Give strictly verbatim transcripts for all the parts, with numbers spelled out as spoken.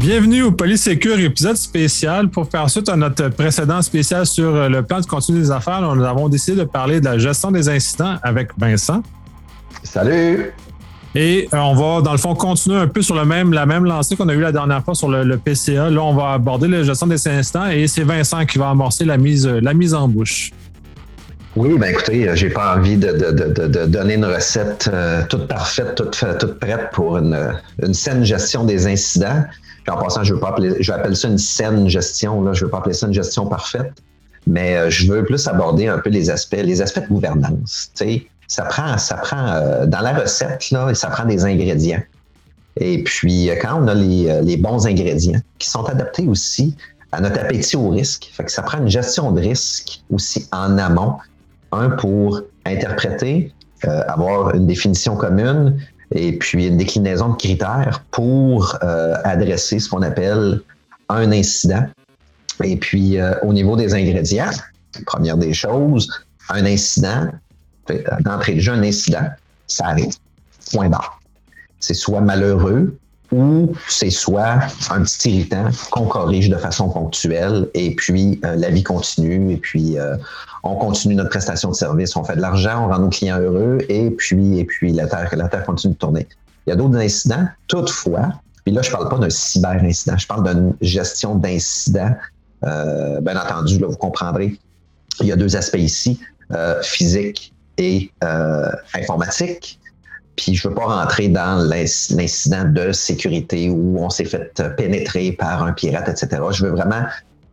Bienvenue au Polysécure, épisode spécial. Pour faire suite à notre précédent spécial sur le plan de continu des affaires, nous avons décidé de parler de la gestion des incidents avec Vincent. Salut! Et euh, on va, dans le fond, continuer un peu sur le même, la même lancée qu'on a eue la dernière fois sur le, le P C A. Là, on va aborder la gestion des incidents et c'est Vincent qui va amorcer la mise, la mise en bouche. Oui, ben écoutez, j'ai pas envie de, de, de, de donner une recette euh, toute parfaite, toute, toute prête pour une, une saine gestion des incidents. Puis en passant, je veux pas appeler, je vais appeler ça une saine gestion, là, je veux pas appeler ça une gestion parfaite, mais euh, je veux plus aborder un peu les aspects, les aspects de gouvernance. Tu sais, ça prend, ça prend euh, dans la recette, là, ça prend des ingrédients. Et puis, quand on a les, les bons ingrédients qui sont adaptés aussi à notre appétit au risque, fait que ça prend une gestion de risque aussi en amont. Un, pour interpréter, euh, avoir une définition commune et puis une déclinaison de critères pour euh, adresser ce qu'on appelle un incident. Et puis, euh, au niveau des ingrédients, première des choses, un incident, d'entrée de jeu, un incident, ça arrive. Point barre. C'est soit malheureux ou c'est soit un petit irritant qu'on corrige de façon ponctuelle et puis euh, la vie continue et puis euh, on continue notre prestation de service, on fait de l'argent, on rend nos clients heureux et puis et puis la terre, la terre continue de tourner. Il y a d'autres incidents, toutefois, puis là je parle pas d'un cyber-incident, je parle d'une gestion d'incidents. Euh, bien entendu, là vous comprendrez, il y a deux aspects ici, euh, physique et euh, informatique. Puis je ne veux pas rentrer dans l'incident de sécurité où on s'est fait pénétrer par un pirate, et cetera. Je veux vraiment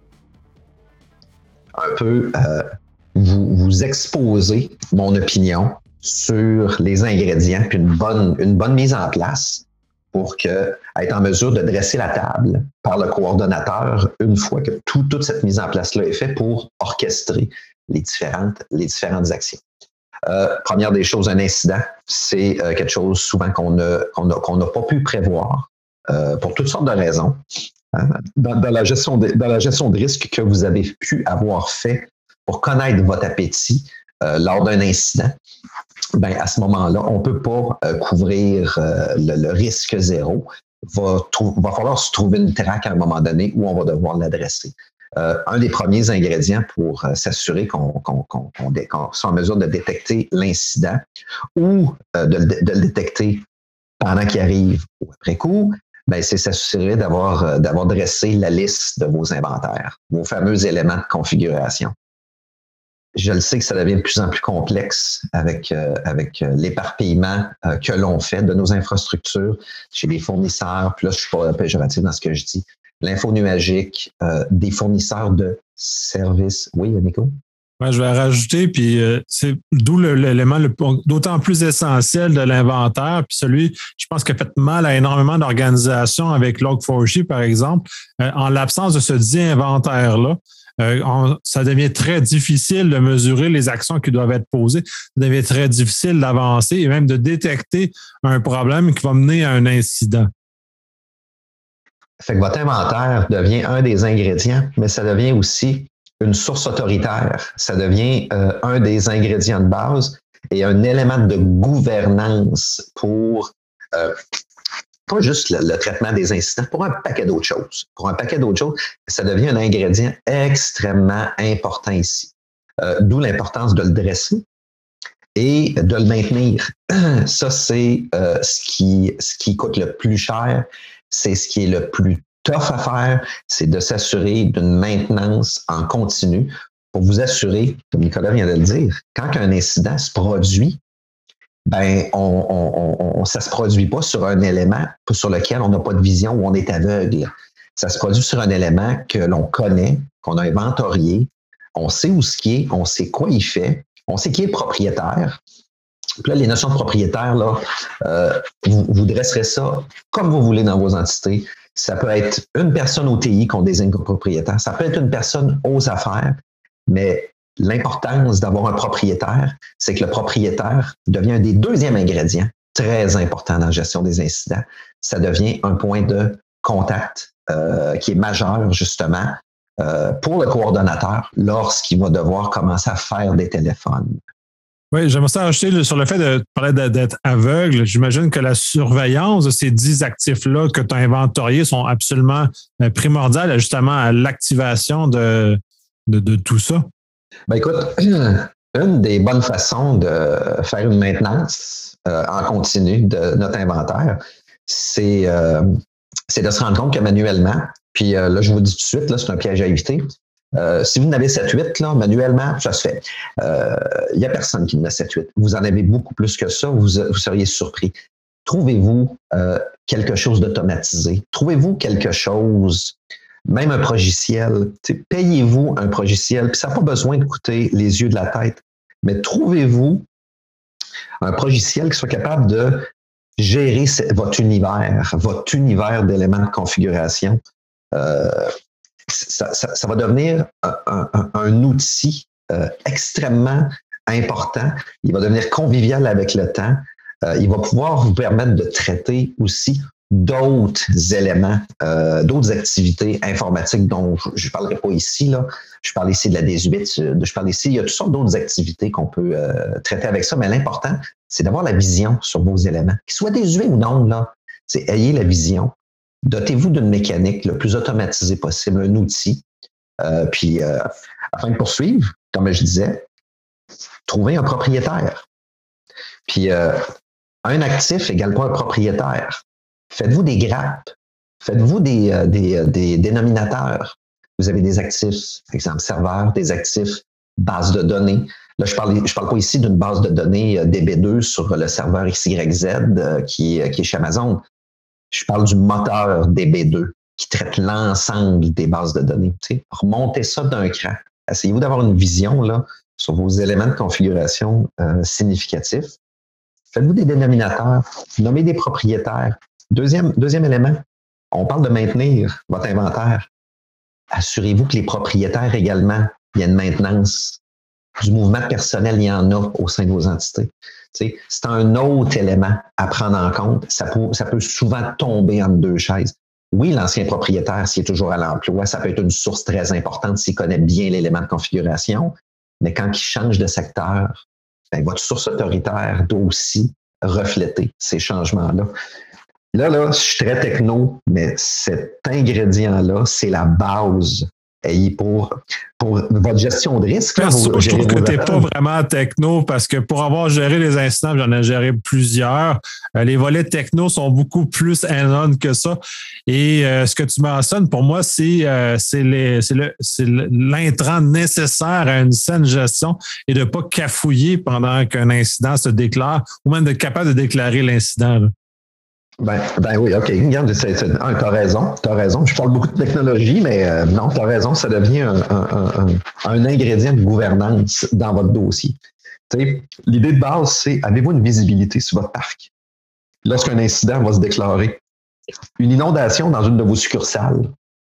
un peu euh, vous, vous exposer mon opinion sur les ingrédients puis une bonne, une bonne mise en place pour que, être en mesure de dresser la table par le coordonnateur une fois que tout, toute cette mise en place-là est faite pour orchestrer les différentes, les différentes actions. Euh, première des choses, un incident, c'est euh, quelque chose souvent qu'on n'a qu'on a, qu'on n'a pas pu prévoir euh, pour toutes sortes de raisons. Euh, dans, dans, la gestion de, dans la gestion de risque que vous avez pu avoir fait pour connaître votre appétit euh, lors d'un incident, ben, à ce moment-là, on ne peut pas euh, couvrir euh, le, le risque zéro. Il va, va falloir se trouver une traque à un moment donné où on va devoir l'adresser. Euh, un des premiers ingrédients pour euh, s'assurer qu'on, qu'on, qu'on, qu'on, qu'on soit en mesure de détecter l'incident ou euh, de, de le détecter pendant qu'il arrive ou après coup, ben, c'est s'assurer d'avoir, euh, d'avoir dressé la liste de vos inventaires, vos fameux éléments de configuration. Je le sais que ça devient de plus en plus complexe avec, euh, avec l'éparpillement euh, que l'on fait de nos infrastructures chez les fournisseurs. Puis là, je ne suis pas péjoratif dans ce que je dis. L'info nuagique, euh, des fournisseurs de services. Oui, Nico? Ouais, je vais rajouter, puis euh, c'est d'où le, l'élément le, d'autant plus essentiel de l'inventaire, puis celui, je pense, qui a fait mal à énormément d'organisations avec log four j, par exemple. Euh, en l'absence de ce dit inventaire-là, euh, on, ça devient très difficile de mesurer les actions qui doivent être posées. Ça devient très difficile d'avancer et même de détecter un problème qui va mener à un incident. Fait que votre inventaire devient un des ingrédients, mais ça devient aussi une source autoritaire. Ça devient euh, un des ingrédients de base et un élément de gouvernance pour euh, pas juste le, le traitement des incidents, pour un paquet d'autres choses. Pour un paquet d'autres choses, ça devient un ingrédient extrêmement important ici. Euh, d'où l'importance de le dresser et de le maintenir. Ça, c'est euh, ce qui, ce qui coûte le plus cher. C'est ce qui est le plus tough à faire, c'est de s'assurer d'une maintenance en continu pour vous assurer, comme Nicolas vient de le dire, quand un incident se produit, ben on, on, on, ça se produit pas sur un élément sur lequel on n'a pas de vision ou on est aveugle. Ça se produit sur un élément que l'on connaît, qu'on a inventorié, on sait où ce qui est, on sait quoi il fait, on sait qui est le propriétaire. Puis là, les notions de propriétaire, là, euh, vous, vous dresserez ça comme vous voulez dans vos entités. Ça peut être une personne au T I qu'on désigne comme propriétaire. Ça peut être une personne aux affaires. Mais l'importance d'avoir un propriétaire, c'est que le propriétaire devient un des deuxièmes ingrédients très importants dans la gestion des incidents. Ça devient un point de contact euh, qui est majeur, justement, euh, pour le coordonnateur lorsqu'il va devoir commencer à faire des téléphones. Oui, j'aimerais ça ajouter sur le fait de parler d'être aveugle. J'imagine que la surveillance de ces dix actifs-là que tu as inventoriés sont absolument primordiales justement à l'activation de, de, de tout ça. Ben écoute, une des bonnes façons de faire une maintenance euh, en continu de notre inventaire, c'est, euh, c'est de se rendre compte que manuellement, puis euh, là, je vous dis tout de suite, là, c'est un piège à éviter. Euh, si vous en avez sept huit, là, manuellement, ça se fait. Il euh, n'y a personne qui en a sept huit. Vous en avez beaucoup plus que ça, vous, vous seriez surpris. Trouvez-vous euh, quelque chose d'automatisé. Trouvez-vous quelque chose, même un progiciel. Payez-vous un progiciel, puis ça n'a pas besoin de coûter les yeux de la tête, mais trouvez-vous un progiciel qui soit capable de gérer votre univers, votre univers d'éléments de configuration. Euh, Ça, ça, ça va devenir un, un, un outil euh, extrêmement important. Il va devenir convivial avec le temps. Euh, il va pouvoir vous permettre de traiter aussi d'autres éléments, euh, d'autres activités informatiques dont je ne parlerai pas ici. Là. Je parle ici de la désuète, je parle ici, il y a toutes sortes d'autres activités qu'on peut euh, traiter avec ça, mais l'important, c'est d'avoir la vision sur vos éléments. Qu'ils soient désuets ou non, là, c'est ayez la vision. Dotez-vous d'une mécanique le plus automatisée possible, un outil. Euh, puis, euh, afin de poursuivre, comme je disais, trouvez un propriétaire. Puis, euh, un actif égale pas un propriétaire. Faites-vous des grappes. Faites-vous des, euh, des, euh, des dénominateurs. Vous avez des actifs, par exemple, serveurs, des actifs, base de données. Là, je parle, je parle pas ici d'une base de données D B deux sur le serveur X Y Z euh, qui, qui est chez Amazon. Je parle du moteur D B deux qui traite l'ensemble des bases de données. Tu sais, remontez ça d'un cran. Essayez-vous d'avoir une vision là, sur vos éléments de configuration euh, significatifs. Faites-vous des dénominateurs, nommez des propriétaires. Deuxième, deuxième élément, on parle de maintenir votre inventaire. Assurez-vous que les propriétaires également, il y a une maintenance. Du mouvement personnel, il y en a au sein de vos entités. Tu sais, c'est un autre élément à prendre en compte. Ça peut, ça peut souvent tomber entre deux chaises. Oui, l'ancien propriétaire, s'il est toujours à l'emploi, ça peut être une source très importante s'il connaît bien l'élément de configuration. Mais quand il change de secteur, ben, votre source autoritaire doit aussi refléter ces changements-là. Là, là, je suis très techno, mais cet ingrédient-là, c'est la base. Et pour, pour votre gestion de risque. Là, vous, je trouve que tu n'es pas vraiment techno parce que pour avoir géré les incidents, j'en ai géré plusieurs. Euh, les volets techno sont beaucoup plus hands-on que ça. Et euh, ce que tu mentionnes, pour moi, c'est, euh, c'est, les, c'est, le, c'est l'intrant nécessaire à une saine gestion et de ne pas cafouiller pendant qu'un incident se déclare ou même d'être capable de déclarer l'incident. Là. Ben, ben oui, OK. Regarde, c'est, c'est, ah, t'as raison, t'as raison. Je parle beaucoup de technologie, mais euh, non, t'as raison, ça devient un, un, un, un ingrédient de gouvernance dans votre dossier. Tu sais, l'idée de base, c'est avez-vous une visibilité sur votre parc? Lorsqu'un incident va se déclarer, une inondation dans une de vos succursales,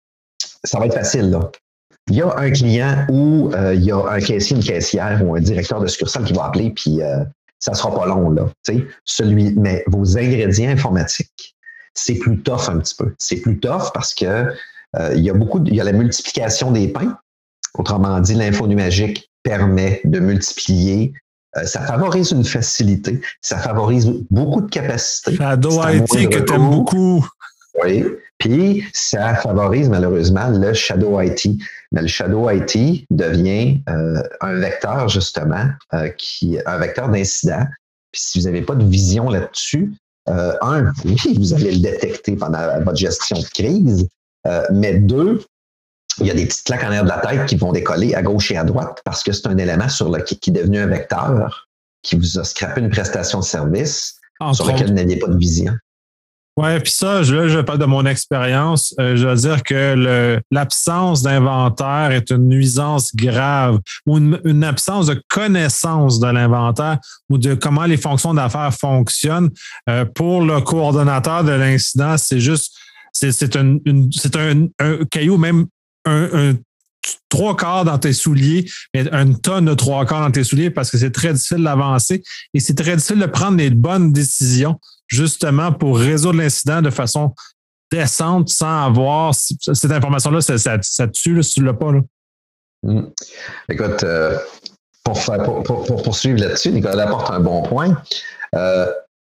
ça va être facile, là. Il y a un client ou euh, il y a un caissier, une caissière ou un directeur de succursale qui va appeler, puis euh, ça ne sera pas long, là. Celui, mais vos ingrédients informatiques, c'est plus tough un petit peu. C'est plus tough parce que euh, il y a beaucoup, de, il y a la multiplication des pains. Autrement dit, l'info nuagique permet de multiplier. Euh, ça favorise une facilité. Ça favorise beaucoup de capacités. Shadow I T que tu aimes beaucoup. Oui. Puis, ça favorise malheureusement le Shadow I T. Mais le Shadow I T devient euh, un vecteur, justement, euh, qui un vecteur d'incident. Puis, si vous n'avez pas de vision là-dessus, euh, un, oui, vous allez le détecter pendant votre gestion de crise. Euh, mais deux, il y a des petites claques en l'air de la tête qui vont décoller à gauche et à droite parce que c'est un élément sur le, qui, qui est devenu un vecteur qui vous a scrappé une prestation de service Entre sur lequel vous n'aviez pas de vision. Oui, puis ça, je, je parle de mon expérience. Euh, je veux dire que le, l'absence d'inventaire est une nuisance grave ou une, une absence de connaissance de l'inventaire ou de comment les fonctions d'affaires fonctionnent. Euh, pour le coordonnateur de l'incident, c'est juste, c'est, c'est, une, une, c'est un, un caillou, même un, un trois quarts dans tes souliers, mais une tonne de trois quarts dans tes souliers parce que c'est très difficile d'avancer et c'est très difficile de prendre les bonnes décisions justement pour résoudre l'incident de façon décente sans avoir cette information-là, ça, ça, ça tue là, si tu ne l'as pas. Là. Mmh. Écoute, euh, pour, faire, pour, pour, pour poursuivre là-dessus, Nicolas apporte un bon point. Euh,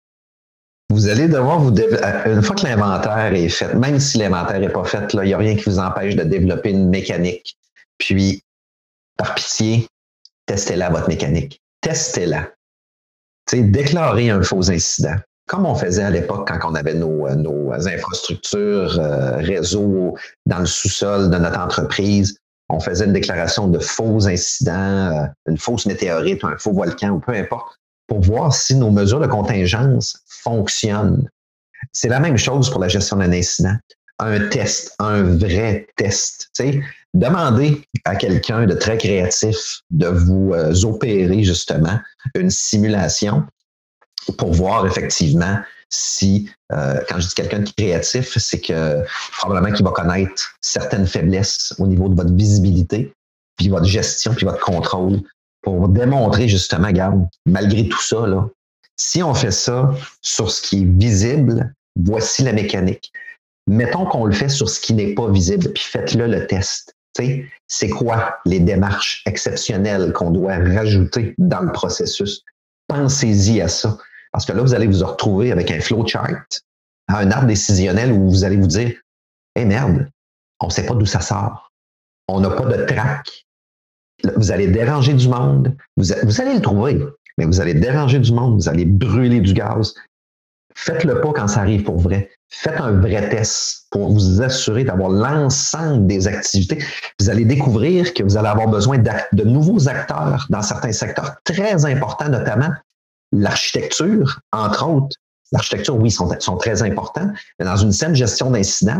vous allez devoir vous développer, une fois que l'inventaire est fait, même si l'inventaire n'est pas fait, là, il n'y a rien qui vous empêche de développer une mécanique. Puis, par pitié, testez-la, votre mécanique. Testez-la. Tu sais, déclarez un faux incident. Comme on faisait à l'époque quand on avait nos, nos infrastructures, euh, réseaux dans le sous-sol de notre entreprise, on faisait une déclaration de faux incidents, euh, une fausse météorite, un faux volcan ou peu importe, pour voir si nos mesures de contingence fonctionnent. C'est la même chose pour la gestion d'un incident. Un test, un vrai test. Tu sais, demandez à quelqu'un de très créatif de vous euh, opérer justement une simulation pour voir effectivement si, euh, quand je dis quelqu'un de créatif, c'est que probablement qu'il va connaître certaines faiblesses au niveau de votre visibilité, puis votre gestion, puis votre contrôle, pour démontrer justement, regarde, malgré tout ça, là, si on fait ça sur ce qui est visible, voici la mécanique. Mettons qu'on le fait sur ce qui n'est pas visible, puis faites-le le test. Tu sais, c'est quoi les démarches exceptionnelles qu'on doit rajouter dans le processus? Pensez-y à ça. Parce que là, vous allez vous retrouver avec un flowchart, un arbre décisionnel où vous allez vous dire « Eh merde, on ne sait pas d'où ça sort. On n'a pas de track. » Vous allez déranger du monde. Vous, vous allez le trouver, mais vous allez déranger du monde. Vous allez brûler du gaz. Faites-le pas quand ça arrive pour vrai. Faites un vrai test pour vous assurer d'avoir l'ensemble des activités. Vous allez découvrir que vous allez avoir besoin de nouveaux acteurs dans certains secteurs très importants, notamment l'architecture, entre autres. L'architecture, oui, sont, sont très importants, mais dans une saine gestion d'incidents,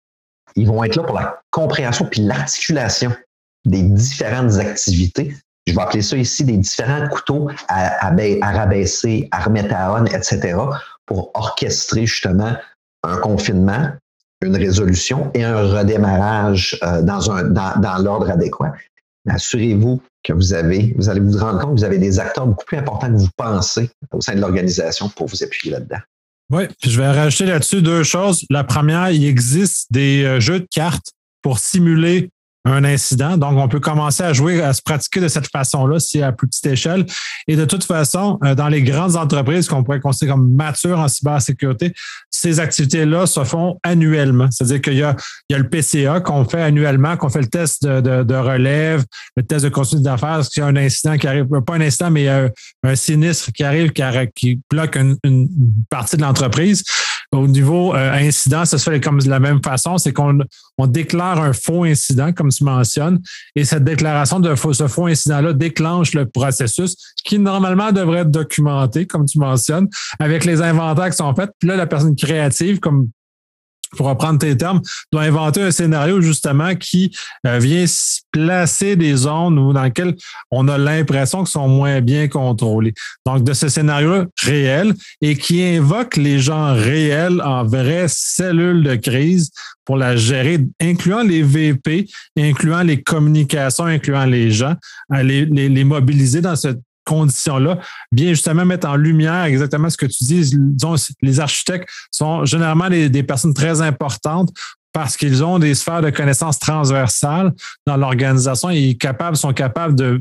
ils vont être là pour la compréhension puis l'articulation des différentes activités. Je vais appeler ça ici des différents couteaux à, à, à rabaisser, à remettre à on, et cetera, pour orchestrer justement un confinement, une résolution et un redémarrage euh, dans, un, dans, dans l'ordre adéquat. Assurez-vous que vous avez, vous allez vous rendre compte que vous avez des acteurs beaucoup plus importants que vous pensez au sein de l'organisation pour vous appuyer là-dedans. Oui, puis je vais rajouter là-dessus deux choses. La première, il existe des euh, jeux de cartes pour simuler un incident. Donc, on peut commencer à jouer, à se pratiquer de cette façon-là, si à plus petite échelle. Et de toute façon, dans les grandes entreprises qu'on pourrait considérer comme matures en cybersécurité, ces activités-là se font annuellement. C'est-à-dire qu'il y a, il y a le P C A qu'on fait annuellement, qu'on fait le test de, de, de relève, le test de continuité d'affaires, parce qu'il y a un incident qui arrive, pas un incident, mais un, un sinistre qui arrive, qui, qui bloque une, une partie de l'entreprise. Au niveau euh, incident, ça se fait comme de la même façon, c'est qu'on on déclare un faux incident, comme tu mentionnes, et cette déclaration de faux, ce faux incident-là déclenche le processus qui, normalement, devrait être documenté, comme tu mentionnes, avec les inventaires qui sont faits. Puis là, la personne créative, comme pour reprendre tes termes, doit inventer un scénario justement qui euh, vient placer des zones où, dans lesquelles on a l'impression qu'ils sont moins bien contrôlés. Donc, de ce scénario réel et qui invoque les gens réels en vraies cellules de crise pour la gérer, incluant les V P, incluant les communications, incluant les gens, les, les, les mobiliser dans cette conditions-là, bien justement mettre en lumière exactement ce que tu dis. Disons, les architectes sont généralement des, des personnes très importantes parce qu'ils ont des sphères de connaissances transversales dans l'organisation et ils capables, sont capables de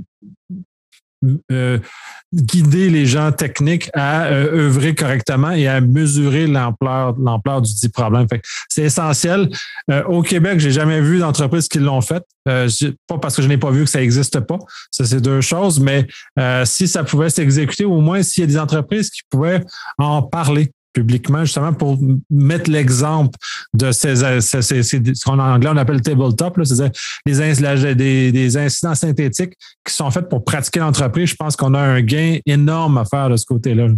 euh, guider les gens techniques à euh, œuvrer correctement et à mesurer l'ampleur, l'ampleur du dit problème. Fait que c'est essentiel. Euh, au Québec, j'ai jamais vu d'entreprise qui l'ont fait. Euh, pas parce que je n'ai pas vu que ça n'existe pas. Ça, c'est deux choses. Mais euh, si ça pouvait s'exécuter, au moins s'il y a des entreprises qui pouvaient en parler publiquement, justement, pour mettre l'exemple de ces, ces, ces, ces ce qu'on en anglais on appelle tabletop, là, c'est-à-dire les, des, des incidents synthétiques qui sont faits pour pratiquer l'entreprise. Je pense qu'on a un gain énorme à faire de ce côté-là.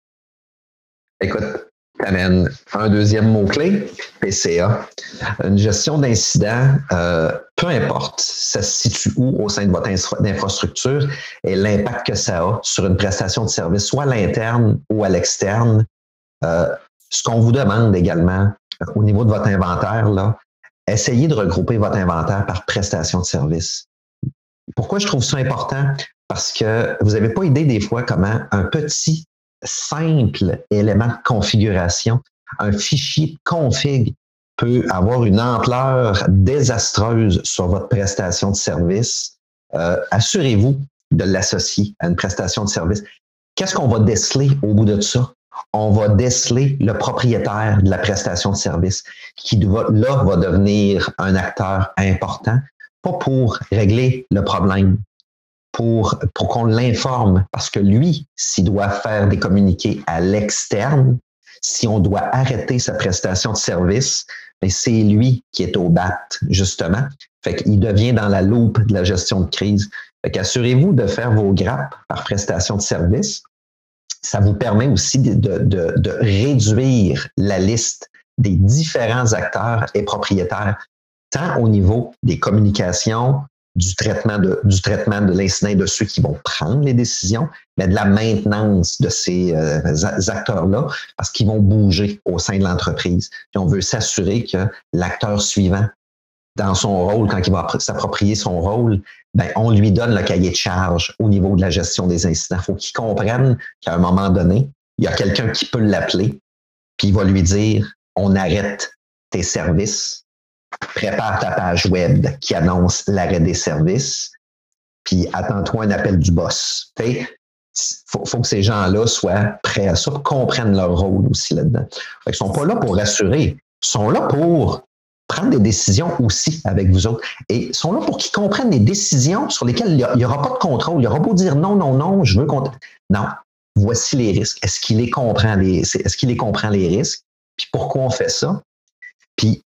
Écoute, tu amènes un deuxième mot-clé, P C A. Une gestion d'incident, euh, peu importe ça se situe où au sein de votre infrastructure et l'impact que ça a sur une prestation de service, soit à l'interne ou à l'externe. Euh, ce qu'on vous demande également au niveau de votre inventaire, là, essayez de regrouper votre inventaire par prestation de service. Pourquoi je trouve ça important? Parce que vous n'avez pas idée des fois comment un petit, simple élément de configuration, un fichier config peut avoir une ampleur désastreuse sur votre prestation de service. Euh, assurez-vous de l'associer à une prestation de service. Qu'est-ce qu'on va déceler au bout de ça? On va déceler le propriétaire de la prestation de service qui va, là va devenir un acteur important, pas pour régler le problème, pour, pour qu'on l'informe, parce que lui, s'il doit faire des communiqués à l'externe, si on doit arrêter sa prestation de service, bien, c'est lui qui est au bat, justement. Fait qu'il devient dans la loupe de la gestion de crise. Fait qu'assurez-vous de faire vos grappes par prestation de service. Ça vous permet aussi de, de, de réduire la liste des différents acteurs et propriétaires, tant au niveau des communications, du traitement de, du traitement de l'incident de ceux qui vont prendre les décisions, mais de la maintenance de ces euh, acteurs-là, parce qu'ils vont bouger au sein de l'entreprise. Puis on veut s'assurer que l'acteur suivant, dans son rôle, quand il va s'approprier son rôle, ben, on lui donne le cahier de charge au niveau de la gestion des incidents. Il faut qu'il comprenne qu'à un moment donné, il y a quelqu'un qui peut l'appeler, puis il va lui dire, on arrête tes services, prépare ta page web qui annonce l'arrêt des services, puis attends-toi un appel du boss. Il faut, faut que ces gens-là soient prêts à ça, comprennent leur rôle aussi là-dedans. Ils ne sont pas là pour rassurer, ils sont là pour prendre des décisions aussi avec vous autres. Et ils sont là pour qu'ils comprennent des décisions sur lesquelles il n'y aura pas de contrôle. Il n'y aura pas dire non, non, non, je veux qu'on... Non, voici les risques. Est-ce qu'il les comprend, les... Est-ce qu'il les comprend les risques? Puis pourquoi on fait ça? Puis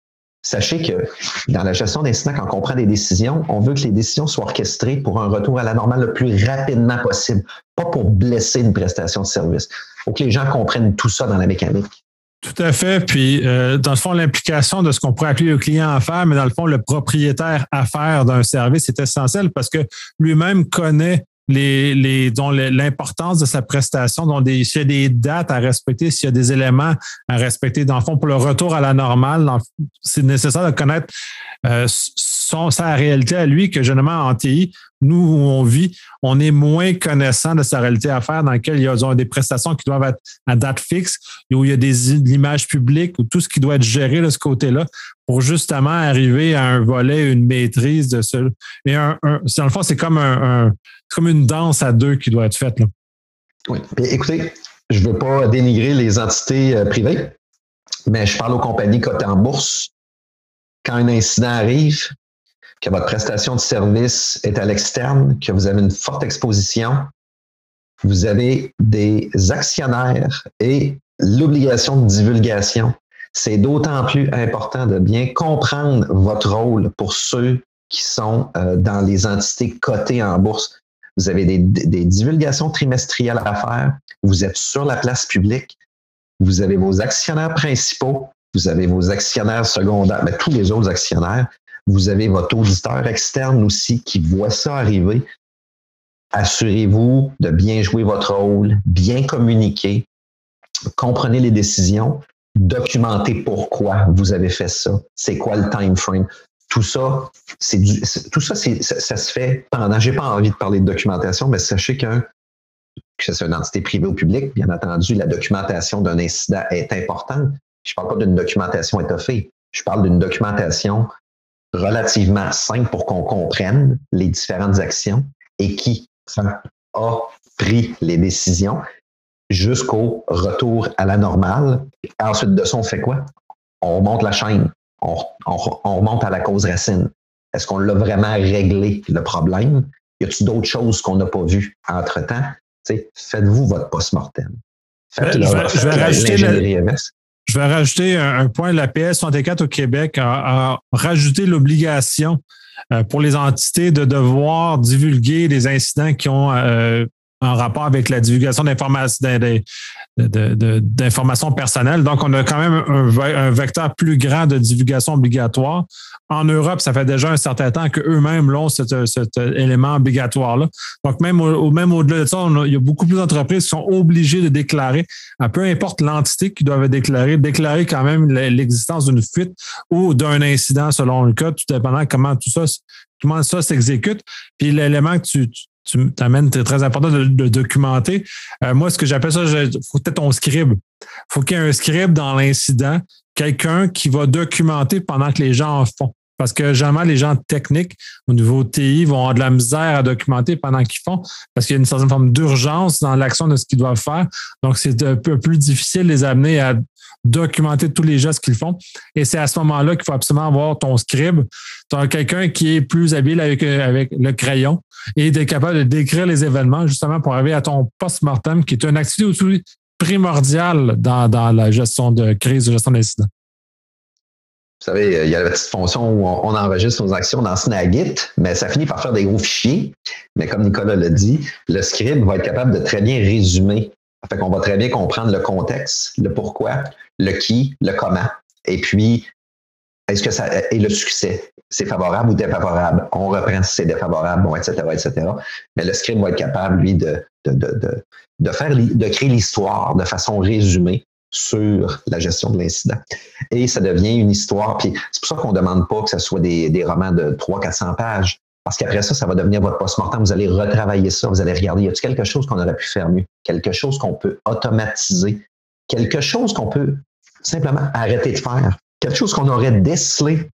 sachez que dans la gestion d'incidents, quand on prend des décisions, on veut que les décisions soient orchestrées pour un retour à la normale le plus rapidement possible, pas pour blesser une prestation de service. Il faut que les gens comprennent tout ça dans la mécanique. Tout à fait. Puis, euh, dans le fond, l'implication de ce qu'on pourrait appeler le client affaires, mais dans le fond, le propriétaire affaires d'un service est essentiel parce que lui-même connaît les, les, dont l'importance de sa prestation, dont des, s'il y a des dates à respecter, s'il y a des éléments à respecter. Dans le fond, pour le retour à la normale, dans, c'est nécessaire de connaître euh, son, sa réalité à lui, que généralement en T I, nous, où on vit, on est moins connaissant de sa réalité à faire dans laquelle il y a des prestations qui doivent être à date fixe, où il y a des, de l'image publique, ou tout ce qui doit être géré de ce côté-là, pour justement arriver à un volet, une maîtrise de ce. Et un, un, dans le fond, c'est comme un, un c'est comme une danse à deux qui doit être faite, là. Oui. Bien, écoutez, je ne veux pas dénigrer les entités euh, privées, mais je parle aux compagnies cotées en bourse. Quand un incident arrive, que votre prestation de service est à l'externe, que vous avez une forte exposition, vous avez des actionnaires et l'obligation de divulgation. C'est d'autant plus important de bien comprendre votre rôle pour ceux qui sont euh, dans les entités cotées en bourse. Vous avez des, des divulgations trimestrielles à faire, vous êtes sur la place publique, vous avez vos actionnaires principaux, vous avez vos actionnaires secondaires, mais tous les autres actionnaires, vous avez votre auditeur externe aussi qui voit ça arriver. Assurez-vous de bien jouer votre rôle, bien communiquer, comprenez les décisions, documentez pourquoi vous avez fait ça, c'est quoi le time frame. Tout ça, c'est du, c'est, tout ça, c'est, ça, ça se fait pendant. J'ai pas envie de parler de documentation, mais sachez qu'un, que c'est une entité privée ou publique, bien entendu, la documentation d'un incident est importante. Je parle pas d'une documentation étoffée. Je parle d'une documentation relativement simple pour qu'on comprenne les différentes actions et qui a pris les décisions jusqu'au retour à la normale. Ensuite de ça, on fait quoi? On remonte la chaîne. On, on, on remonte à la cause racine. Est-ce qu'on l'a vraiment réglé, le problème? Y a-t-il d'autres choses qu'on n'a pas vues entre-temps? T'sais, faites-vous votre post-mortem. Faites je, le, vais, faites je, vais rajouter le, je vais rajouter un, un point. La P S soixante-quatre au Québec a, a rajouté l'obligation euh, pour les entités de devoir divulguer des incidents qui ont euh, en rapport avec la divulgation d'informations, d'informations personnelles. Donc, on a quand même un, un vecteur plus grand de divulgation obligatoire. En Europe, ça fait déjà un certain temps qu'eux-mêmes l'ont, cet, cet élément obligatoire-là. Donc, même, au, même au-delà de ça, on a, il y a beaucoup plus d'entreprises qui sont obligées de déclarer, à peu importe l'entité qu'ils doivent déclarer, déclarer quand même l'existence d'une fuite ou d'un incident selon le cas, tout dépendant comment tout ça, comment ça s'exécute. Puis l'élément que tu, tu tu t'amènes, c'est très important de, de documenter. Euh, moi, ce que j'appelle ça, il faut peut-être ton scribe. Il faut qu'il y ait un scribe dans l'incident, quelqu'un qui va documenter pendant que les gens en font. Parce que généralement, les gens techniques au niveau T I vont avoir de la misère à documenter pendant qu'ils font, parce qu'il y a une certaine forme d'urgence dans l'action de ce qu'ils doivent faire. Donc, c'est un peu plus difficile de les amener à documenter tous les gestes qu'ils font. Et c'est à ce moment-là qu'il faut absolument avoir ton scribe. Tu as quelqu'un qui est plus habile avec, avec le crayon et d'être capable de décrire les événements justement pour arriver à ton post-mortem, qui est une activité aussi primordiale dans, dans la gestion de crise, de gestion d'incident. Vous savez, il y a la petite fonction où on enregistre nos actions dans Snagit, mais ça finit par faire des gros fichiers. Mais comme Nicolas l'a dit, le script va être capable de très bien résumer. Ça fait qu'on va très bien comprendre le contexte, le pourquoi, le qui, le comment. Et puis, est-ce que ça et le succès, c'est favorable ou défavorable? On reprend si c'est défavorable, bon, et cetera, et cetera. Mais le script va être capable, lui, de, de, de, de, de faire, de créer l'histoire de façon résumée sur la gestion de l'incident. Et ça devient une histoire. Puis c'est pour ça qu'on ne demande pas que ce soit des, des romans de trois cents à quatre cents pages. Parce qu'après ça, ça va devenir votre post-mortem. Vous allez retravailler ça. Vous allez regarder, y a-t-il quelque chose qu'on aurait pu faire mieux? Quelque chose qu'on peut automatiser? Quelque chose qu'on peut simplement arrêter de faire? Quelque chose qu'on aurait décelé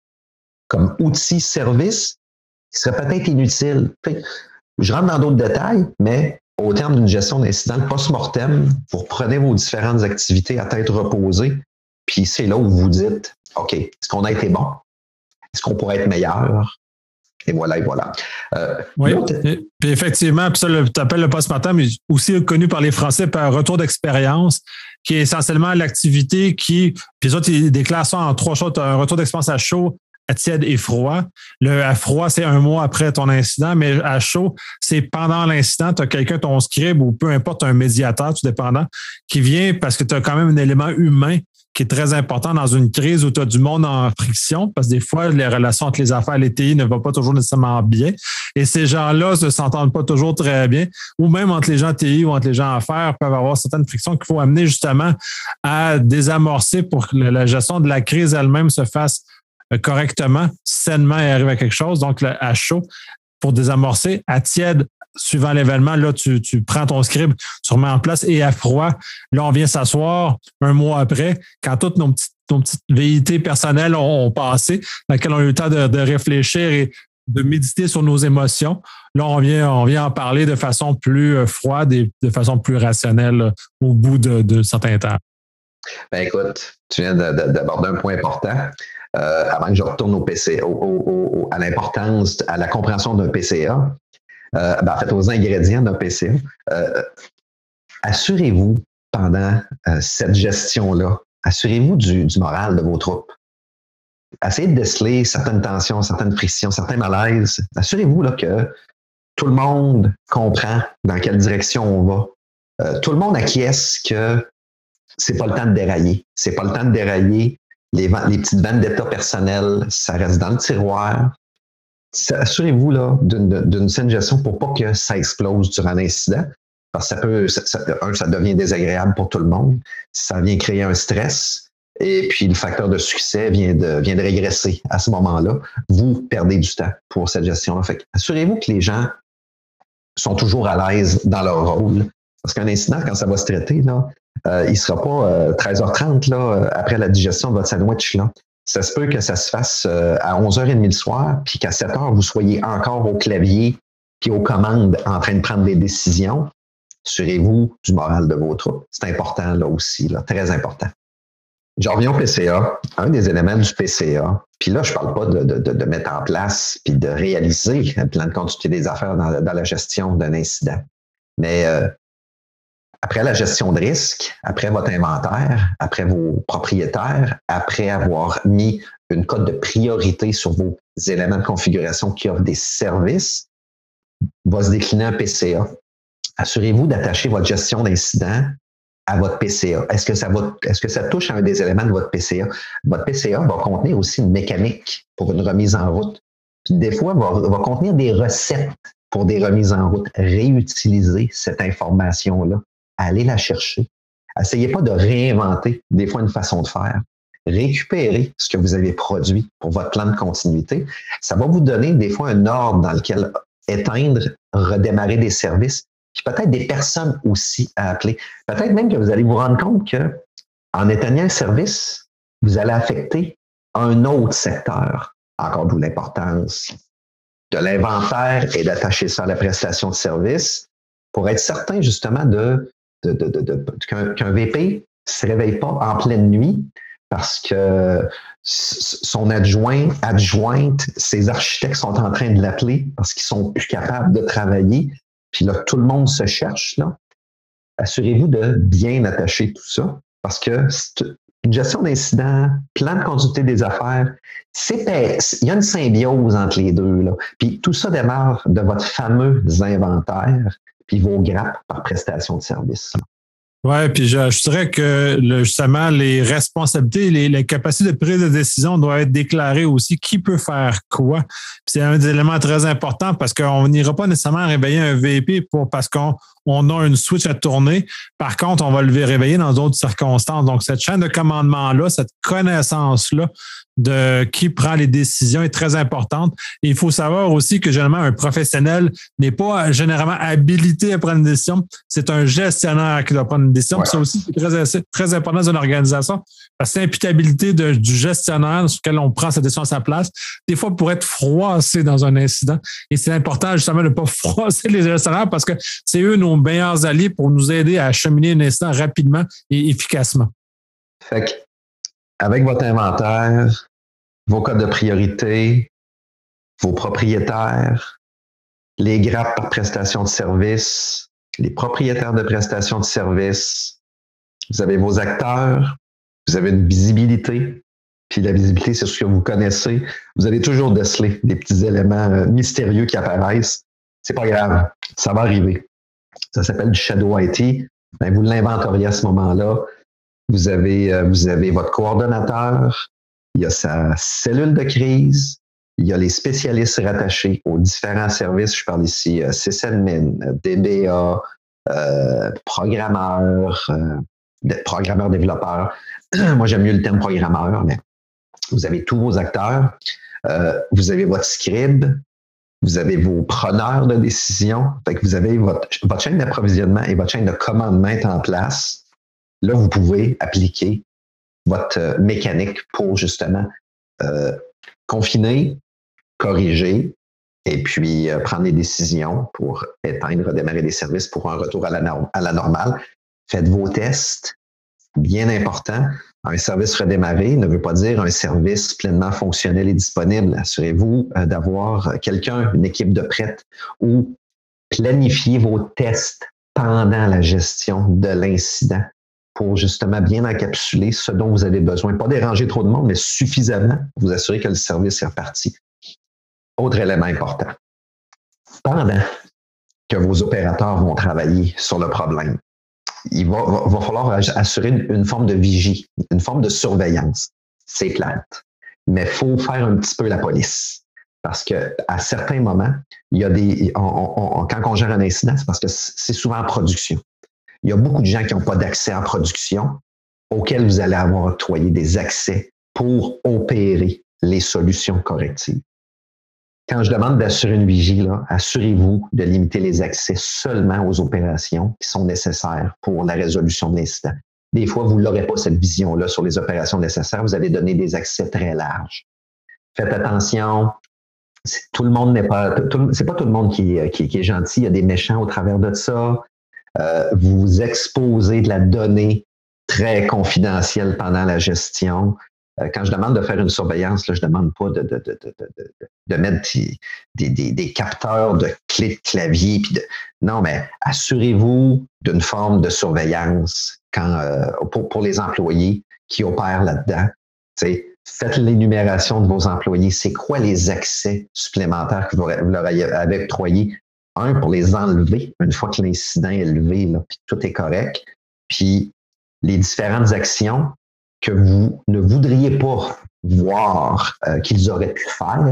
comme outil service qui serait peut-être inutile. Fait, je rentre dans d'autres détails, mais au terme d'une gestion d'incident, le post-mortem, vous reprenez vos différentes activités à tête reposée, puis c'est là où vous dites, OK, est-ce qu'on a été bon? Est-ce qu'on pourrait être meilleur? Et voilà, et voilà. Euh, oui, et, puis effectivement, puis ça, tu appelles le post-mortem, aussi connu par les Français par un retour d'expérience, qui est essentiellement l'activité qui, puis ça, tu déclares ça en trois choses. Tu as un retour d'expérience à chaud, à tiède et froid. Le à froid, c'est un mois après ton incident, mais à chaud, c'est pendant l'incident, tu as quelqu'un, ton scribe ou peu importe, un médiateur, tout dépendant, qui vient parce que tu as quand même un élément humain qui est très important dans une crise où tu as du monde en friction, parce que des fois, les relations entre les affaires et les T I ne vont pas toujours nécessairement bien. Et ces gens-là ne s'entendent pas toujours très bien, ou même entre les gens T I ou entre les gens affaires peuvent avoir certaines frictions qu'il faut amener justement à désamorcer pour que la gestion de la crise elle-même se fasse correctement, sainement et arrive à quelque chose. Donc, le à chaud, pour désamorcer, à tiède, suivant l'événement, là, tu, tu prends ton script, tu remets en place, et à froid, là, on vient s'asseoir un mois après, quand toutes nos petites, nos petites velléités personnelles ont, ont passé, dans lesquelles on a eu le temps de, de réfléchir et de méditer sur nos émotions. Là, on vient, on vient en parler de façon plus froide et de façon plus rationnelle au bout de, de certains temps. Ben écoute, tu viens de, de, d'aborder un point important. Euh, avant que je retourne au P C, au, au, au, à l'importance, à la compréhension d'un P C A, euh, ben en fait, aux ingrédients d'un P C A, euh, assurez-vous pendant euh, cette gestion-là, assurez-vous du, du moral de vos troupes. Essayez de déceler certaines tensions, certaines frictions, certains malaises. Assurez-vous là, que tout le monde comprend dans quelle direction on va. Euh, tout le monde acquiesce que c'est pas le temps de dérailler. C'est pas le temps de dérailler. Les, les petites vendettas personnelles, ça reste dans le tiroir. Assurez-vous là, d'une, d'une saine gestion pour pas que ça explose durant l'incident. Parce que ça peut, ça, ça, un, ça devient désagréable pour tout le monde. Ça vient créer un stress. Et puis, le facteur de succès vient de, vient de régresser à ce moment-là. Vous perdez du temps pour cette gestion-là. Fait assurez-vous que les gens sont toujours à l'aise dans leur rôle. Parce qu'un incident, quand ça va se traiter, là, euh, il ne sera pas euh, treize heures trente là, après la digestion de votre sandwich. Là. Ça se peut que ça se fasse euh, à onze heures trente le soir, puis qu'à sept heures, vous soyez encore au clavier puis aux commandes en train de prendre des décisions. Assurez-vous du moral de vos troupes. C'est important là aussi, là, très important. Je reviens au P C A. Un des éléments du P C A, puis là, je ne parle pas de, de, de mettre en place puis de réaliser un plan de continuité des affaires dans, dans la gestion d'un incident. Mais euh, après la gestion de risque, après votre inventaire, après vos propriétaires, après avoir mis une cote de priorité sur vos éléments de configuration qui offrent des services, va se décliner un P C A. Assurez-vous d'attacher votre gestion d'incident à votre P C A. Est-ce que ça va, est-ce que ça touche à un des éléments de votre P C A? Votre P C A va contenir aussi une mécanique pour une remise en route. Puis des fois, va, va contenir des recettes pour des remises en route. Réutilisez cette information-là. Allez la chercher. Essayez pas de réinventer des fois une façon de faire. Récupérez ce que vous avez produit pour votre plan de continuité. Ça va vous donner des fois un ordre dans lequel éteindre, redémarrer des services, puis peut-être des personnes aussi à appeler. Peut-être même que vous allez vous rendre compte que en éteignant un service, vous allez affecter un autre secteur. encore d'où l'importance de l'inventaire et d'attacher ça à la prestation de service pour être certain justement de, de, de, de, de qu'un, qu'un V P ne se réveille pas en pleine nuit parce que son adjoint, adjointe, ses architectes sont en train de l'appeler parce qu'ils sont plus capables de travailler. Puis là, tout le monde se cherche. Là. Assurez-vous de bien attacher tout ça parce que c'est une gestion d'incident, plan de continuité des affaires, c'est, il y a une symbiose entre les deux. Là. Puis tout ça démarre de votre fameux inventaire puis vos grappes par prestation de service. Oui, puis j'ajouterais que le, justement, les responsabilités, les, les capacités de prise de décision doivent être déclarées aussi. Qui peut faire quoi? Puis c'est un des éléments très importants parce qu'on n'ira pas nécessairement réveiller un V P pour, parce qu'on on a une switch à tourner. Par contre, on va le réveiller dans d'autres circonstances. Donc, cette chaîne de commandement-là, cette connaissance-là de qui prend les décisions est très importante. Et il faut savoir aussi que généralement, un professionnel n'est pas généralement habilité à prendre une décision. C'est un gestionnaire qui doit prendre une décision. Ouais. C'est aussi très, très important dans une organisation parce que l'imputabilité de, du gestionnaire sur lequel on prend cette décision à sa place, des fois, pourrait être froissé dans un incident. Et c'est important justement de ne pas froisser les gestionnaires parce que c'est eux nos meilleurs alliés pour nous aider à acheminer un incident rapidement et efficacement. Fait que, avec votre inventaire, vos codes de priorité, vos propriétaires, les grappes par prestation de service, les propriétaires de prestation de service, vous avez vos acteurs, vous avez une visibilité, puis la visibilité, c'est ce que vous connaissez. Vous allez toujours déceler des petits éléments mystérieux qui apparaissent. C'est pas grave, ça va arriver. Ça s'appelle du shadow I T. Ben, vous l'inventoriez à ce moment-là. Vous avez, euh, vous avez votre coordonnateur, il y a sa cellule de crise, il y a les spécialistes rattachés aux différents services. Je parle ici euh, sysadmin, D B A, euh, programmeur, euh, programmeur développeur. Moi, j'aime mieux le terme programmeur, mais vous avez tous vos acteurs. Euh, vous avez votre scribe, vous avez vos preneurs de décision. Fait que vous avez votre, votre chaîne d'approvisionnement et votre chaîne de commandement est en place. Là, vous pouvez appliquer votre euh, mécanique pour justement euh, confiner, corriger et puis euh, prendre des décisions pour éteindre, redémarrer des services pour un retour à la, norm- à la normale. Faites vos tests, bien important. Un service redémarré ne veut pas dire un service pleinement fonctionnel et disponible. Assurez-vous euh, d'avoir quelqu'un, une équipe de prête ou planifiez vos tests pendant la gestion de l'incident pour justement bien encapsuler ce dont vous avez besoin. Pas déranger trop de monde, mais suffisamment pour vous assurer que le service est reparti. Autre élément important. Pendant que vos opérateurs vont travailler sur le problème, il va, va, va falloir assurer une, une forme de vigie, une forme de surveillance. C'est plate, mais il faut faire un petit peu la police. Parce que à certains moments, il y a des. On, on, quand on gère un incident, c'est parce que c'est souvent en production. Il y a beaucoup de gens qui n'ont pas d'accès en production, auxquels vous allez avoir octroyé des accès pour opérer les solutions correctives. Quand je demande d'assurer une vigie, là, assurez-vous de limiter les accès seulement aux opérations qui sont nécessaires pour la résolution de l'incident. Des fois, vous n'aurez pas cette vision-là sur les opérations nécessaires. Vous allez donner des accès très larges. Faites attention. C'est, tout le monde n'est pas, tout, c'est pas tout le monde qui, qui, qui est gentil. Il y a des méchants au travers de ça. Euh, vous exposez de la donnée très confidentielle pendant la gestion. Euh, quand je demande de faire une surveillance, là, je ne demande pas de, de, de, de, de, de mettre des, des, des capteurs de clés de clavier. Puis de... Non, mais assurez-vous d'une forme de surveillance quand, euh, pour, pour les employés qui opèrent là-dedans. T'sais, faites l'énumération de vos employés. C'est quoi les accès supplémentaires que vous leur avez octroyés? Un, pour les enlever une fois que l'incident est levé, là, puis tout est correct. Puis les différentes actions que vous ne voudriez pas voir euh, qu'ils auraient pu faire,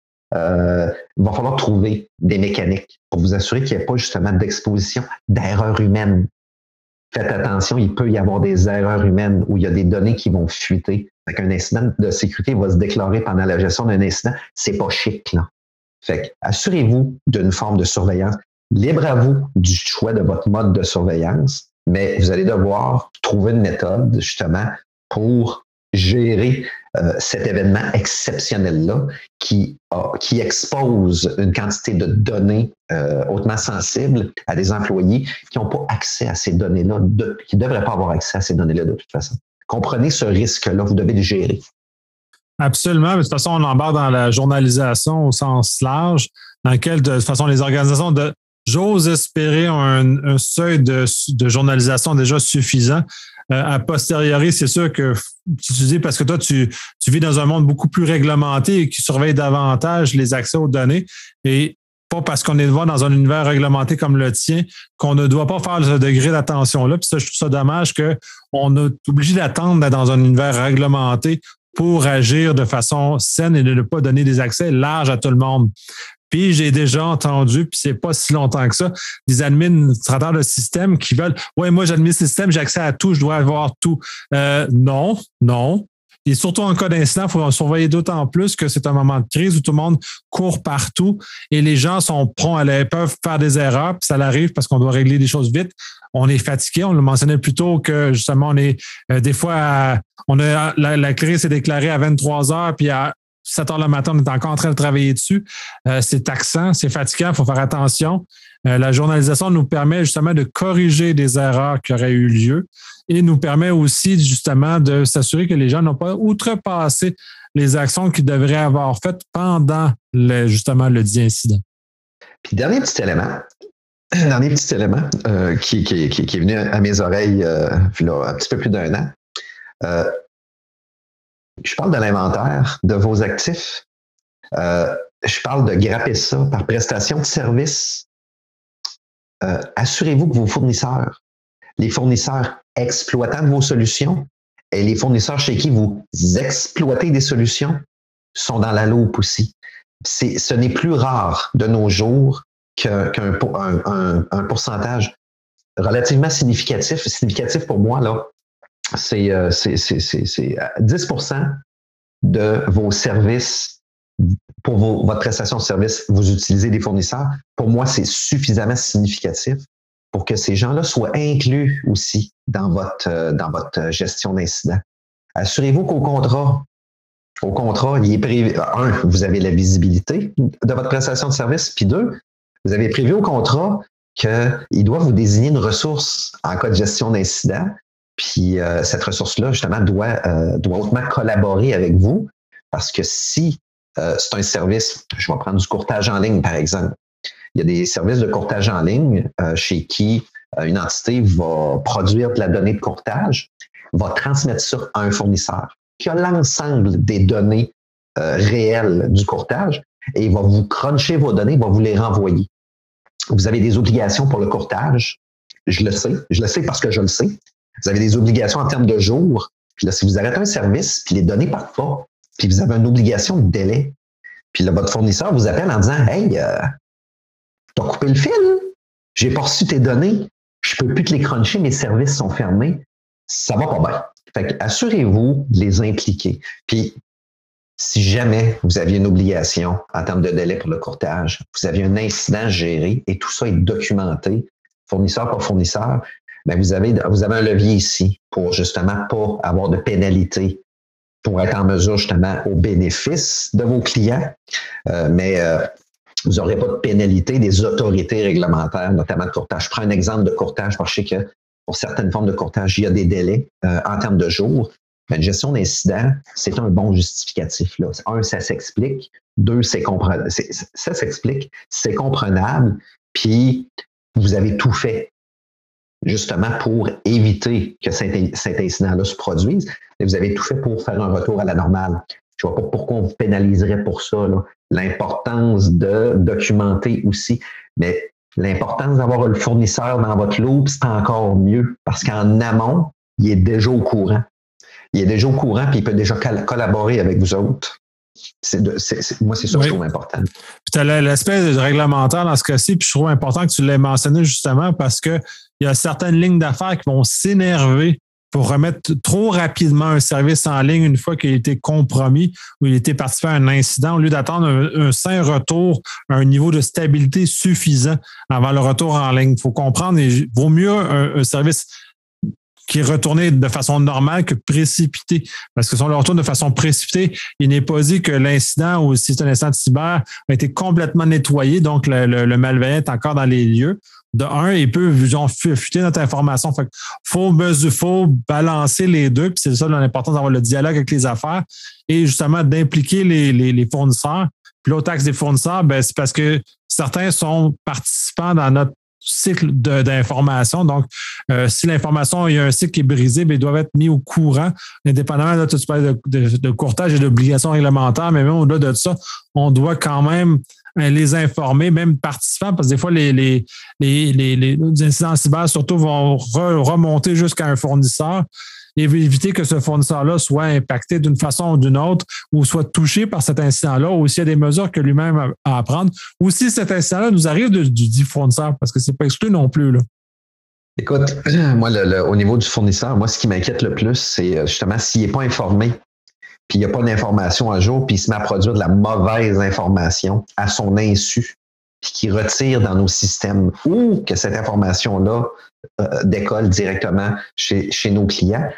euh, il va falloir trouver des mécaniques pour vous assurer qu'il n'y ait pas justement d'exposition d'erreurs humaines. Faites attention, il peut y avoir des erreurs humaines où il y a des données qui vont fuiter. Fait qu'un incident de sécurité va se déclarer pendant la gestion d'un incident. C'est pas chic, là. Fait que, assurez-vous d'une forme de surveillance. Libre à vous du choix de votre mode de surveillance, mais vous allez devoir trouver une méthode, justement, pour gérer euh, cet événement exceptionnel-là qui, a, qui expose une quantité de données euh, hautement sensibles à des employés qui n'ont pas accès à ces données-là, de, qui ne devraient pas avoir accès à ces données-là de toute façon. Comprenez ce risque-là, vous devez le gérer. Absolument. De toute façon, on embarque dans la journalisation au sens large, dans lequel, de toute façon, les organisations de j'ose espérer un, un seuil de, de journalisation déjà suffisant. Euh, a posteriori, c'est sûr que tu dis parce que toi, tu, tu vis dans un monde beaucoup plus réglementé et qui surveille davantage les accès aux données et pas parce qu'on est dans un univers réglementé comme le tien qu'on ne doit pas faire ce degré d'attention-là. Puis ça, je trouve ça dommage qu'on est obligé d'attendre d'être dans un univers réglementé pour agir de façon saine et de ne pas donner des accès larges à tout le monde. Puis j'ai déjà entendu, puis c'est pas si longtemps que ça, des administrateurs de système qui veulent « Ouais, moi j'administre le système, j'ai accès à tout, je dois avoir tout. Euh, » Non, non. Et surtout en cas d'incident, il faut surveiller d'autant plus que c'est un moment de crise où tout le monde court partout et les gens sont prompts à aller, peuvent faire des erreurs, puis ça arrive parce qu'on doit régler des choses vite. On est fatigué, on le mentionnait plus tôt que justement on est euh, des fois à, on a la, la crise est déclarée à vingt-trois heures, puis à sept heures le matin, on est encore en train de travailler dessus. Euh, c'est taxant, c'est fatigant, il faut faire attention. Euh, la journalisation nous permet justement de corriger des erreurs qui auraient eu lieu et nous permet aussi justement de s'assurer que les gens n'ont pas outrepassé les actions qu'ils devraient avoir faites pendant le, justement le dit incident. Puis dernier petit élément, dernier petit élément euh, qui, qui, qui, qui est venu à mes oreilles euh, là, un petit peu plus d'un an. Euh, Je parle de l'inventaire de vos actifs. Euh, je parle de grapper ça par prestation de service. Euh, assurez-vous que vos fournisseurs, les fournisseurs exploitants de vos solutions et les fournisseurs chez qui vous exploitez des solutions sont dans la loupe aussi. C'est, ce n'est plus rare de nos jours qu'un, qu'un un, un, un pourcentage relativement significatif, significatif pour moi, là, c'est, euh, c'est, c'est, c'est, c'est dix pour cent de vos services, pour vos, votre prestation de service, vous utilisez des fournisseurs. Pour moi, c'est suffisamment significatif pour que ces gens-là soient inclus aussi dans votre, euh, dans votre gestion d'incident. Assurez-vous qu'au contrat, au contrat, il est prévu, un, vous avez la visibilité de votre prestation de service, puis deux, vous avez prévu au contrat qu'il doit vous désigner une ressource en cas de gestion d'incident. Puis euh, cette ressource-là, justement, doit, euh, doit hautement collaborer avec vous parce que si euh, c'est un service, je vais prendre du courtage en ligne, par exemple. Il y a des services de courtage en ligne euh, chez qui euh, une entité va produire de la donnée de courtage, va transmettre ça à un fournisseur qui a l'ensemble des données euh, réelles du courtage et il va vous cruncher vos données, il va vous les renvoyer. Vous avez des obligations pour le courtage. Je le sais, je le sais parce que je le sais. Vous avez des obligations en termes de jours. Puis là, si vous arrêtez un service, puis les données partent pas, puis vous avez une obligation de délai, puis là, votre fournisseur vous appelle en disant « Hey, euh, t'as coupé le fil, j'ai pas reçu tes données, je peux plus te les cruncher, mes services sont fermés. » Ça va pas bien. Fait que assurez-vous de les impliquer. Puis, si jamais vous aviez une obligation en termes de délai pour le courtage, vous aviez un incident géré et tout ça est documenté, fournisseur par fournisseur, bien, vous avez, vous avez un levier ici pour justement pas avoir de pénalité, pour être en mesure justement au bénéfice de vos clients, euh, mais euh, vous n'aurez pas de pénalité des autorités réglementaires, notamment de courtage. Je prends un exemple de courtage parce que je sais que pour certaines formes de courtage, il y a des délais euh, en termes de jours. Mais une gestion d'incident, c'est un bon justificatif. Là. Un, ça s'explique. Deux, c'est comprenable. C'est, ça s'explique, c'est comprenable. Puis, vous avez tout fait justement pour éviter que cet, cet incident-là se produise. Et vous avez tout fait pour faire un retour à la normale. Je ne vois pas pourquoi on vous pénaliserait pour ça. Là. L'importance de documenter aussi. Mais l'importance d'avoir le fournisseur dans votre loupe, c'est encore mieux parce qu'en amont, il est déjà au courant. Il est déjà au courant puis il peut déjà collaborer avec vous autres. C'est de, c'est, c'est, moi, c'est ça que oui. Je trouve important. Puis tu as l'aspect réglementaire dans ce cas-ci, puis je trouve important que tu l'aies mentionné justement parce qu'il y a certaines lignes d'affaires qui vont s'énerver pour remettre trop rapidement un service en ligne une fois qu'il a été compromis ou il a été participé à un incident, au lieu d'attendre un, un sain retour à un niveau de stabilité suffisant avant le retour en ligne. Il faut comprendre, il vaut mieux un, un service qui est retourné de façon normale que précipitée. Parce que si on le retourne de façon précipitée, il n'est pas dit que l'incident ou si c'est un incident de cyber a été complètement nettoyé, donc le, le, le malveillant est encore dans les lieux. De un, il peut genre, fuiter notre information. Fait faut mesure, faut balancer les deux, puis c'est ça l'importance d'avoir le dialogue avec les affaires et justement d'impliquer les, les, les fournisseurs. Puis l'autre axe des fournisseurs, ben, c'est parce que certains sont participants dans notre cycle de, d'information. Donc, euh, si l'information, il y a un cycle qui est brisé, bien, ils doivent être mis au courant, indépendamment là, tu parles de, de, de courtage et d'obligations réglementaires, mais même au-delà de ça, on doit quand même les informer, même participants, parce que des fois, les, les, les, les, les incidents cyber, surtout, vont re, remonter jusqu'à un fournisseur et éviter que ce fournisseur-là soit impacté d'une façon ou d'une autre ou soit touché par cet incident-là ou s'il y a des mesures que lui-même a à prendre ou si cet incident-là nous arrive de, du dit fournisseur, parce que c'est pas exclu non plus, là. Écoute, moi, le, le, au niveau du fournisseur, moi, ce qui m'inquiète le plus, c'est justement s'il n'est pas informé, puis il n'y a pas d'information à jour, puis il se met à produire de la mauvaise information à son insu, puis qu'il retire dans nos systèmes, ou que cette information-là euh, décolle directement chez, chez nos clients.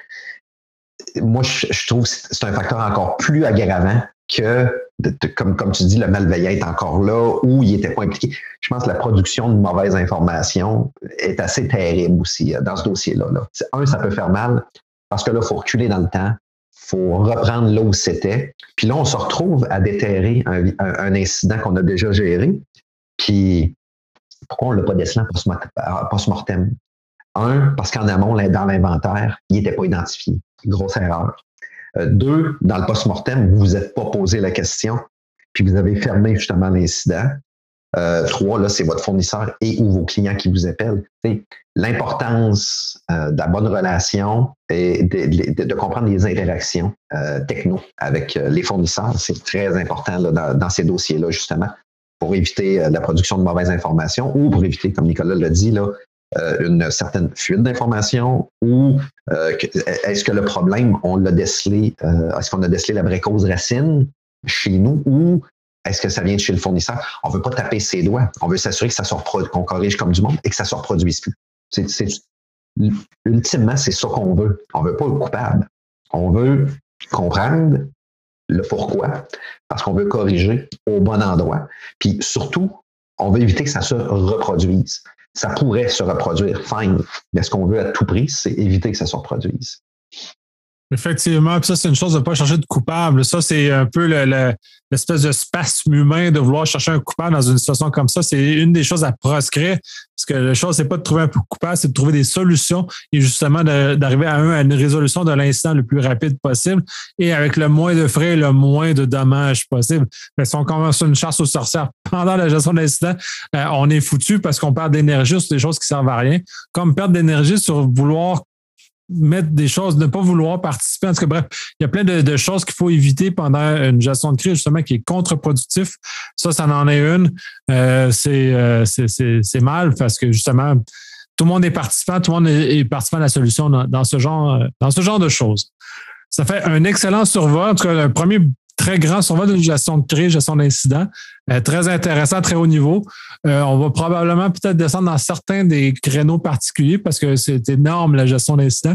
Moi, je, je trouve que c'est un facteur encore plus aggravant que, de, de, comme, comme tu dis, le malveillant est encore là ou il n'était pas impliqué. Je pense que la production de mauvaise information est assez terrible aussi dans ce dossier-là. Là. Un, ça peut faire mal parce que là, il faut reculer dans le temps. Il faut reprendre là où c'était. Puis là, on se retrouve à déterrer un, un, un incident qu'on a déjà géré. Puis, pourquoi on ne l'a pas décelé en post-mortem? Un, parce qu'en amont, dans l'inventaire, il n'était pas identifié. Grosse erreur. Euh, deux, dans le post-mortem, vous ne vous êtes pas posé la question, puis vous avez fermé justement l'incident. Euh, trois, là, c'est votre fournisseur et ou vos clients qui vous appellent. T'sais, l'importance euh, de la bonne relation et de, de, de comprendre les interactions euh, techno avec euh, les fournisseurs, c'est très important là, dans, dans ces dossiers-là, justement, pour éviter euh, la production de mauvaises informations ou pour éviter, comme Nicolas l'a dit, là, euh, une certaine fuite d'informations ou euh, que, est-ce que le problème, on l'a décelé, euh, est-ce qu'on a décelé la vraie cause racine chez nous ou est-ce que ça vient de chez le fournisseur? On ne veut pas taper ses doigts. On veut s'assurer que ça se reproduise, qu'on corrige comme du monde et que ça ne se reproduise plus. C'est, c'est, ultimement, c'est ça qu'on veut. On ne veut pas le coupable. On veut comprendre le pourquoi, parce qu'on veut corriger au bon endroit. Puis surtout, on veut éviter que ça se reproduise. Ça pourrait se reproduire, fine. Mais ce qu'on veut à tout prix, c'est éviter que ça se reproduise. Effectivement, puis ça, c'est une chose de ne pas chercher de coupable. Ça, c'est un peu le, le, l'espèce de spasme humain de vouloir chercher un coupable dans une situation comme ça. C'est une des choses à proscrire, parce que la chose, c'est pas de trouver un coupable, c'est de trouver des solutions et justement de, d'arriver à, un, à une résolution de l'incident le plus rapide possible et avec le moins de frais et le moins de dommages possible. Mais si on commence une chasse aux sorcières pendant la gestion de l'incident, euh, on est foutu parce qu'on perd d'énergie sur des choses qui servent à rien, comme perdre d'énergie sur vouloir mettre des choses, ne pas vouloir participer. En tout cas, bref, il y a plein de, de choses qu'il faut éviter pendant une gestion de crise, justement, qui est contre-productif. Ça, ça en est une. Euh, c'est, euh, c'est, c'est, c'est mal parce que, justement, tout le monde est participant, tout le monde est, est participant à la solution dans, dans, ce genre, dans ce genre de choses. Ça fait un excellent survol. En tout cas, le premier très grand survol de gestion de crise, gestion d'incident. Euh, très intéressant, très haut niveau. Euh, on va probablement peut-être descendre dans certains des créneaux particuliers parce que c'est énorme la gestion d'incident.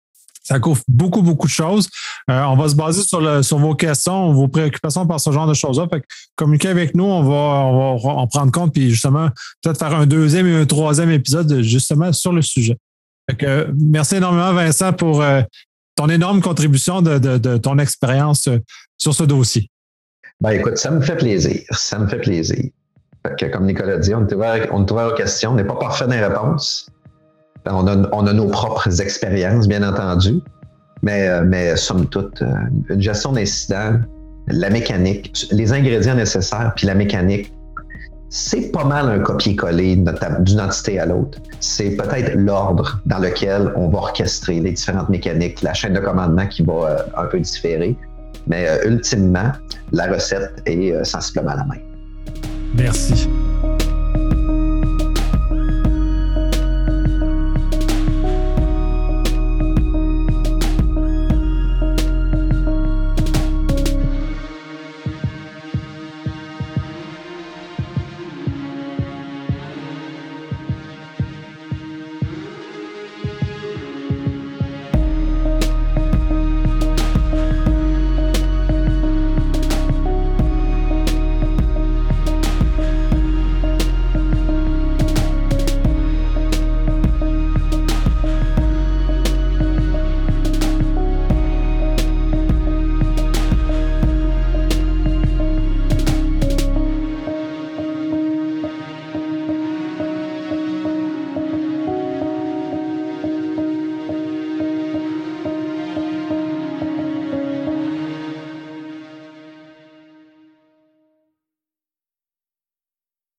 Ça couvre beaucoup, beaucoup de choses. Euh, on va se baser sur, le, sur vos questions, vos préoccupations par ce genre de choses-là. Fait que communiquez avec nous, on va, on va en prendre compte puis justement peut-être faire un deuxième et un troisième épisode justement sur le sujet. Fait que, merci énormément, Vincent, pour euh, ton énorme contribution de, de, de ton expérience euh, sur ce dossier. Ben écoute, ça me fait plaisir. Ça me fait plaisir. Fait que, comme Nicolas dit, on est ouvert, on est ouvert aux questions. On n'est pas parfait dans les réponses. On a, on a nos propres expériences, bien entendu. Mais, mais somme toute, une gestion d'incident, la mécanique, les ingrédients nécessaires, puis la mécanique, c'est pas mal un copier-coller d'une entité à l'autre. C'est peut-être l'ordre dans lequel on va orchestrer les différentes mécaniques, la chaîne de commandement qui va un peu différer. Mais euh, ultimement, la recette est euh, sensiblement la même. Merci.